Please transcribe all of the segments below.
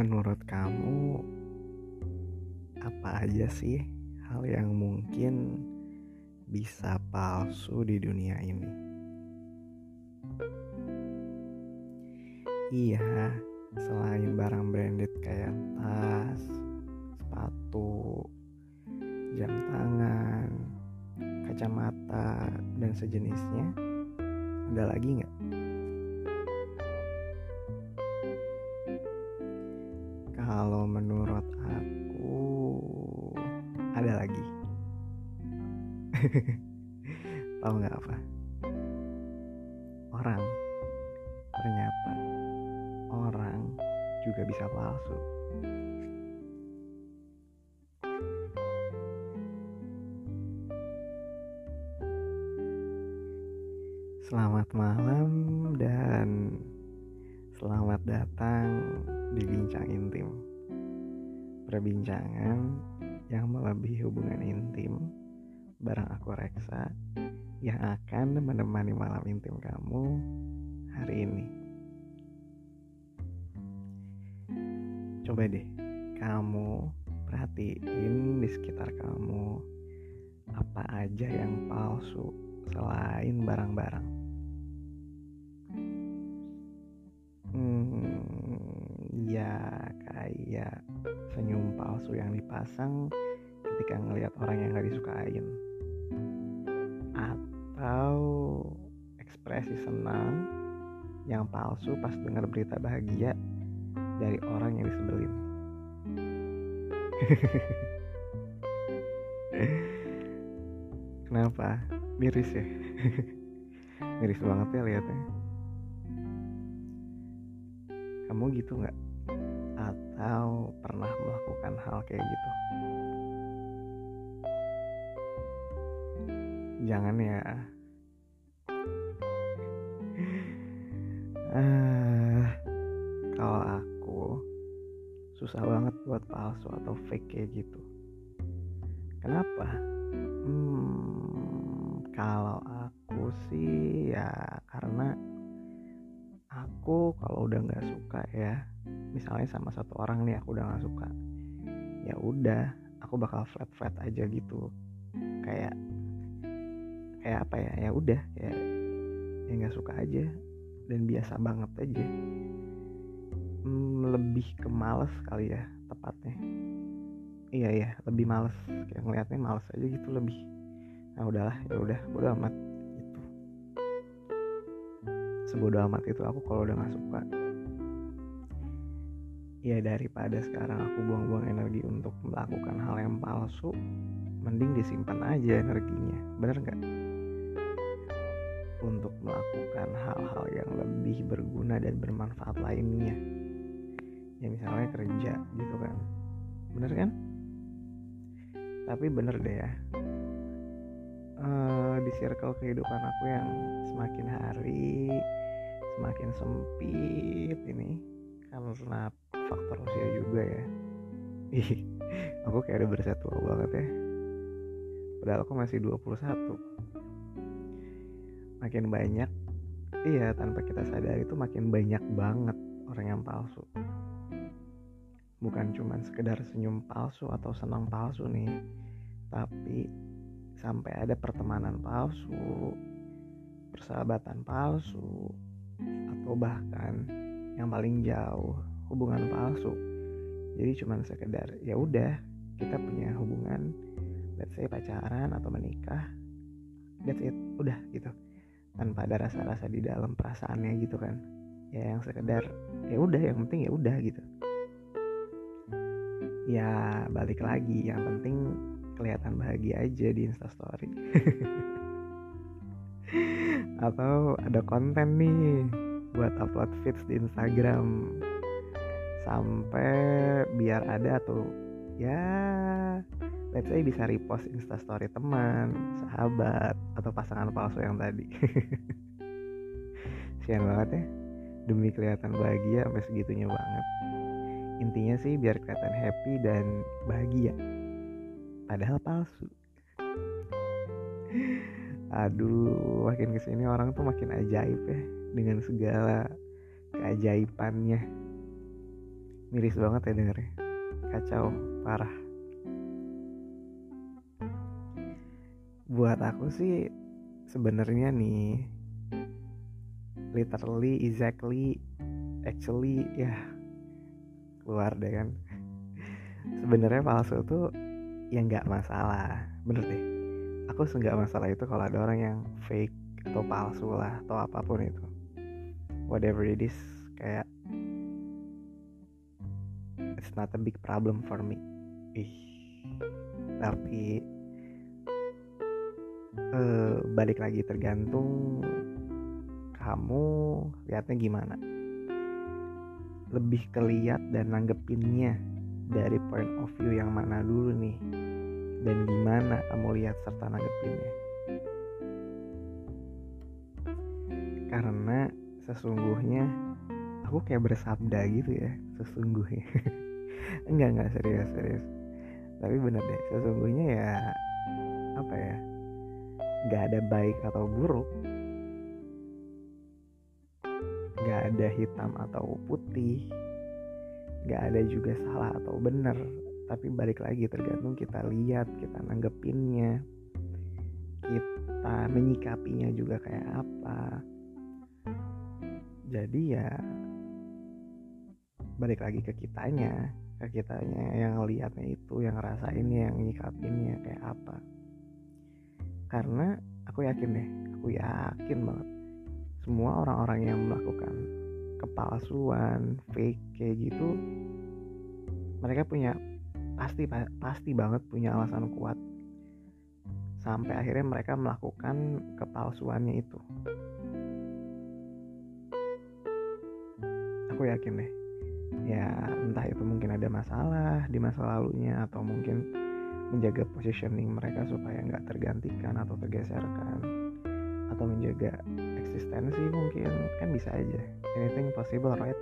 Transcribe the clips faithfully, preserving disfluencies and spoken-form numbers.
Menurut kamu, apa aja sih hal yang mungkin bisa palsu di dunia ini? Iya, selain barang branded kayak tas, sepatu, jam tangan, kacamata, dan sejenisnya, ada lagi nggak? Kalau menurut aku, ada lagi. Tahu nggak apa? Orang. Ternyata orang juga bisa palsu. Selamat malam dan selamat datang di Bincang Intim. Perbincangan yang melebihi hubungan intim bareng aku Reksa yang akan menemani malam intim kamu hari ini. Coba deh kamu perhatiin di sekitar kamu apa aja yang palsu selain barang-barang. Hmm, ya kayak senyum palsu yang dipasang ketika ngelihat orang yang gak disukain, atau ekspresi senang yang palsu pas dengar berita bahagia dari orang yang disebelin. Kenapa? Miris ya? Miris banget ya liatnya. Kamu gitu gak? Atau pernah melakukan hal kayak gitu? Jangan ya. Ah, kalau aku susah banget buat palsu atau fake kayak gitu. Kenapa? Hmm, kalau aku sih ya karena aku kalau udah nggak suka ya, misalnya sama satu orang nih aku udah nggak suka, ya udah aku bakal flat flat aja gitu, kayak kayak apa ya, ya udah kayak ya nggak suka aja dan biasa banget aja. Hmm, lebih ke males kali ya tepatnya. Iya ya lebih males, kayak ngeliatnya males aja gitu lebih. Nah udahlah, ya udah bodo amat gitu. Sebodo amat itu aku kalau udah nggak suka. Ya daripada sekarang aku buang-buang energi untuk melakukan hal yang palsu, mending disimpan aja energinya, bener nggak? Untuk melakukan hal-hal yang lebih berguna dan bermanfaat lainnya. Ya misalnya kerja gitu kan, bener kan? Tapi bener deh ya, uh, di circle kehidupan aku yang semakin hari semakin sempit ini karena faktor usia juga ya. Ih, aku kayak udah berasa tua banget ya. Padahal aku masih dua puluh satu. Makin banyak, iya tanpa kita sadari itu makin banyak banget orang yang palsu. Bukan cuma sekedar senyum palsu atau senang palsu nih, tapi sampai ada pertemanan palsu, persahabatan palsu, atau bahkan yang paling jauh hubungan palsu. Jadi cuma sekedar ya udah kita punya hubungan, let's say pacaran atau menikah, that's it, udah gitu, tanpa ada rasa-rasa di dalam perasaannya gitu kan. Ya yang sekedar ya udah, yang penting ya udah gitu. Ya balik lagi, yang penting kelihatan bahagia aja di Instastory. Atau ada konten nih buat upload feeds di Instagram, sampai biar ada tuh ya let's say bisa repost Instastory teman, sahabat, atau pasangan palsu yang tadi. Sian banget ya, demi kelihatan bahagia sampai segitunya banget. Intinya sih biar kelihatan happy dan bahagia, padahal palsu. Aduh, makin kesini orang tuh makin ajaib ya, dengan segala keajaibannya. Miris banget ya dengernya, kacau parah. Buat aku sih sebenarnya nih, literally, exactly, actually, ya keluar deh kan. Sebenarnya palsu tuh ya nggak masalah, bener deh. Aku nggak masalah itu kalau ada orang yang fake atau palsu lah atau apapun itu, whatever it is, kayak it's not a big problem for me. Ih, tapi eh, balik lagi tergantung kamu lihatnya gimana. Lebih keliat dan nanggepinnya dari point of view yang mana dulu nih, dan gimana kamu lihat serta nanggepinnya. Karena sesungguhnya aku kayak bersabda gitu ya, sesungguhnya. enggak enggak serius serius tapi bener deh, sesungguhnya ya apa ya, nggak ada baik atau buruk, nggak ada hitam atau putih, nggak ada juga salah atau benar. Tapi balik lagi tergantung kita lihat, kita nanggepinnya, kita menyikapinya juga kayak apa. Jadi ya balik lagi ke kitanya, ke kitanya yang ngelihatnya itu, yang ngerasainnya, yang nyikapinnya kayak apa. Karena aku yakin deh, aku yakin banget semua orang-orang yang melakukan kepalsuan, fake kayak gitu, mereka punya pasti pasti banget punya alasan kuat sampai akhirnya mereka melakukan kepalsuannya itu. Aku yakin deh. Ya entah itu mungkin ada masalah di masa lalunya, atau mungkin menjaga positioning mereka supaya nggak tergantikan atau tergeserkan, atau menjaga eksistensi mungkin, kan bisa aja, anything possible, right?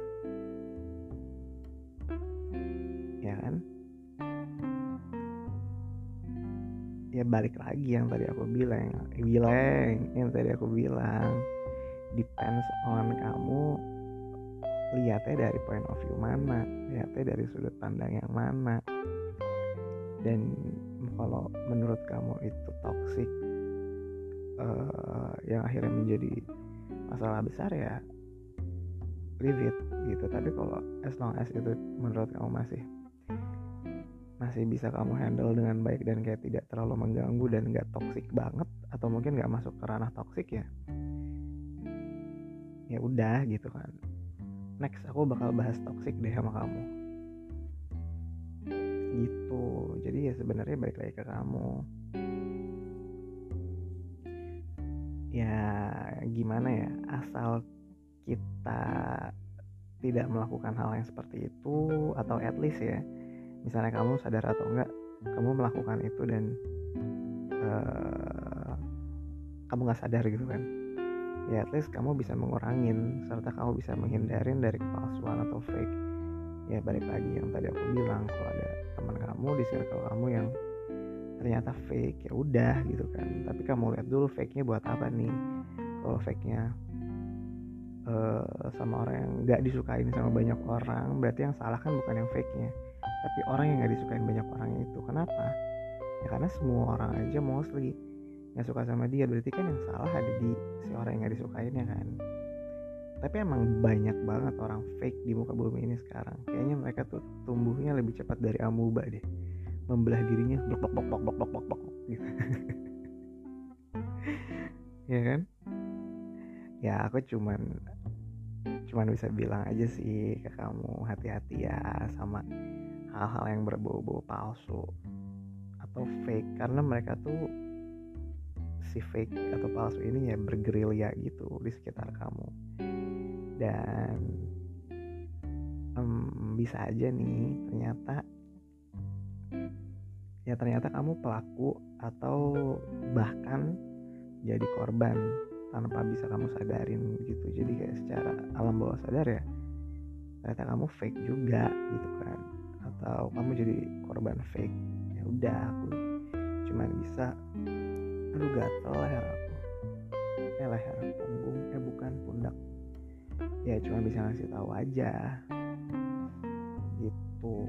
Ya kan? Ya balik lagi yang tadi aku bilang bilang yang tadi aku bilang depends on kamu lihatnya dari point of view mana, lihatnya dari sudut pandang yang mana. Dan kalau menurut kamu itu toxic, uh, yang akhirnya menjadi masalah besar, ya leave it gitu. Tapi kalau as long as itu menurut kamu masih masih bisa kamu handle dengan baik dan kayak tidak terlalu mengganggu dan gak toxic banget, atau mungkin gak masuk ke ranah toxic, ya ya udah gitu kan. Next aku bakal bahas toxic deh sama kamu gitu. Jadi ya sebenarnya balik lagi ke kamu, ya gimana ya, asal kita tidak melakukan hal yang seperti itu, atau at least ya, misalnya kamu sadar atau enggak kamu melakukan itu dan uh, kamu gak sadar gitu kan, ya at least kamu bisa mengurangin serta kamu bisa menghindarin dari kepalsuan atau fake. Ya balik lagi yang tadi aku bilang, kalau ada teman kamu di circle kamu yang ternyata fake, ya udah gitu kan, tapi kamu lihat dulu fake-nya buat apa nih. Kalau fake-nya uh, sama orang yang gak disukain sama banyak orang, berarti yang salah kan bukan yang fake-nya, tapi orang yang gak disukain banyak orang itu. Kenapa? Ya karena semua orang aja mostly gak suka sama dia, berarti kan yang salah ada di si orang yang gak disukainnya kan. Tapi emang banyak banget orang fake di muka bumi ini sekarang. Kayaknya mereka tuh tumbuhnya lebih cepat dari amuba deh, membelah dirinya blok blok blok blok blok blok blok gitu. Ya kan? Ya aku cuman cuman bisa bilang aja sih ke kamu, hati-hati ya sama hal-hal yang berbau-bau palsu atau fake, karena mereka tuh si fake atau palsu ini ya bergerilya gitu di sekitar kamu. Dan um, bisa aja nih ternyata ya ternyata kamu pelaku atau bahkan jadi korban tanpa bisa kamu sadarin gitu. Jadi kayak secara alam bawah sadar ya ternyata kamu fake juga gitu kan, atau kamu jadi korban fake. Ya udah, aku cuman bisa aduh gatel leher aku, eh leher punggung, eh bukan pundak, ya cuma bisa ngasih tahu aja gitu.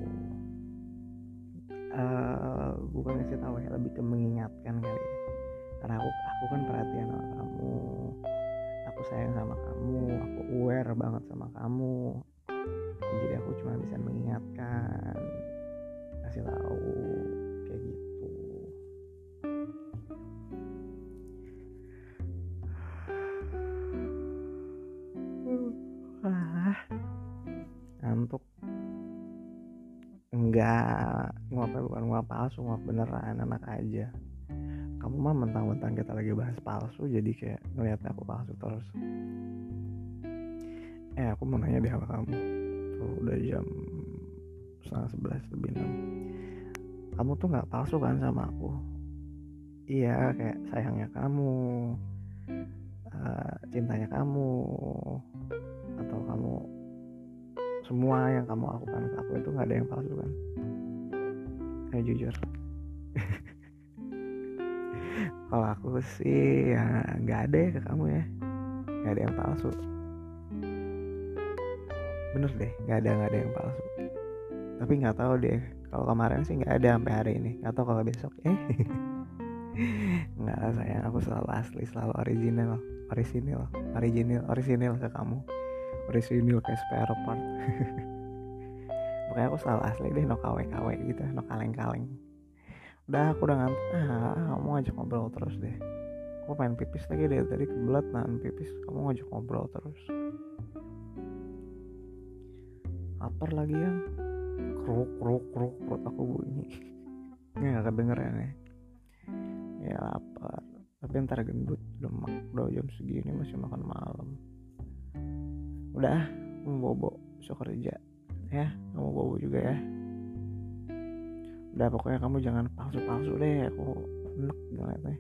Uh, bukan ngasih tahu ya, lebih ke mengingatkan kali ya. Karena aku aku kan perhatian sama kamu, aku sayang sama kamu, aku aware banget sama kamu. Jadi aku cuma bisa mengingatkan, kasih tahu kayak gitu. Wah, ngantuk. Enggak, nguapnya bukan nguap palsu, nguap beneran, enak aja. Kamu mah mentang-mentang kita lagi bahas palsu jadi kayak ngeliatnya aku palsu terus. Eh aku mau nanya deh sama kamu. Tuh udah jam setengah sebelas lebih enam. Kamu tuh gak palsu kan sama aku? Iya, kayak sayangnya kamu, uh, cintanya kamu, atau kamu, semua yang kamu lakukan ke aku itu gak ada yang palsu kan? Ayo jujur. Kalau aku sih ya gak ada ya ke kamu ya, gak ada yang palsu. Bener deh, gak ada gak ada yang palsu. Tapi gak tahu deh, kalau kemarin sih gak ada sampai hari ini. Gak tahu kalau besok eh nggak sayang, aku selalu asli, selalu original, original, original, original ke kamu, original kayak spare part. Pokoknya aku selalu asli deh, no kawe-kawe gitu, no kaleng-kaleng. Udah aku udah ngantuk, ah kamu ngajak ngobrol terus deh. Aku pengen pipis lagi deh, tadi kebelet nahan pipis, kamu ngajak ngobrol terus. Lapar lagi yang kruk kruk kruk perut aku bunyi. Ini nggak kedengeran ya. Ya lapar, tapi ntar gendut. Udah, udah jam segini masih makan malam. Udah, mau bobo, besok kerja ya, kamu bobo juga ya. Udah pokoknya kamu jangan palsu-palsu deh, aku enek ngeliatnya.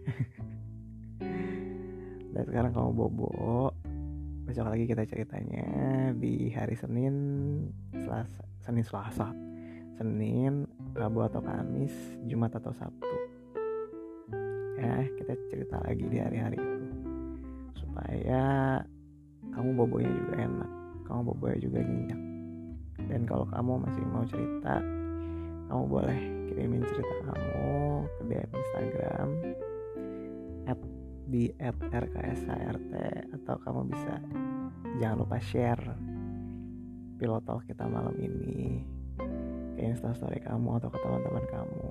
Dan sekarang kamu bobo, besok lagi kita ceritanya di hari Senin, Selasa, Senin Selasa, Senin, Rabu atau Kamis, Jumat atau Sabtu. Ya, kita cerita lagi di hari-hari itu supaya kamu bobonya juga enak, kamu bobonya juga nyenyak. Dan kalau kamu masih mau cerita, kamu boleh kirimin cerita kamu ke D M Instagram at di at r k s h r t, atau kamu bisa jangan lupa share pilot talk kita malam ini ke Instastory kamu atau ke teman-teman kamu,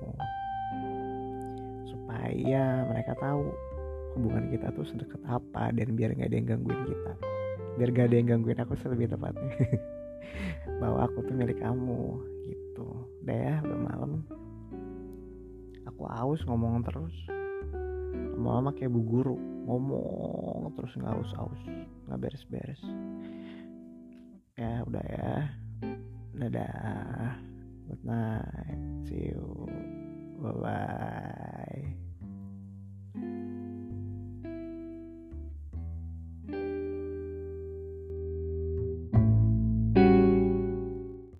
supaya mereka tahu hubungan kita tuh sedekat apa, dan biar gak ada yang gangguin kita, biar gak ada yang gangguin aku lebih tepatnya. Bahwa aku tuh milik kamu gitu. Udah ya, udah malam, aku aus ngomong terus, lama-lama kayak bu guru, ngomong terus gak aus-aus, gak beres-beres. Ya udah ya, dadah, good night, see you, bye bye.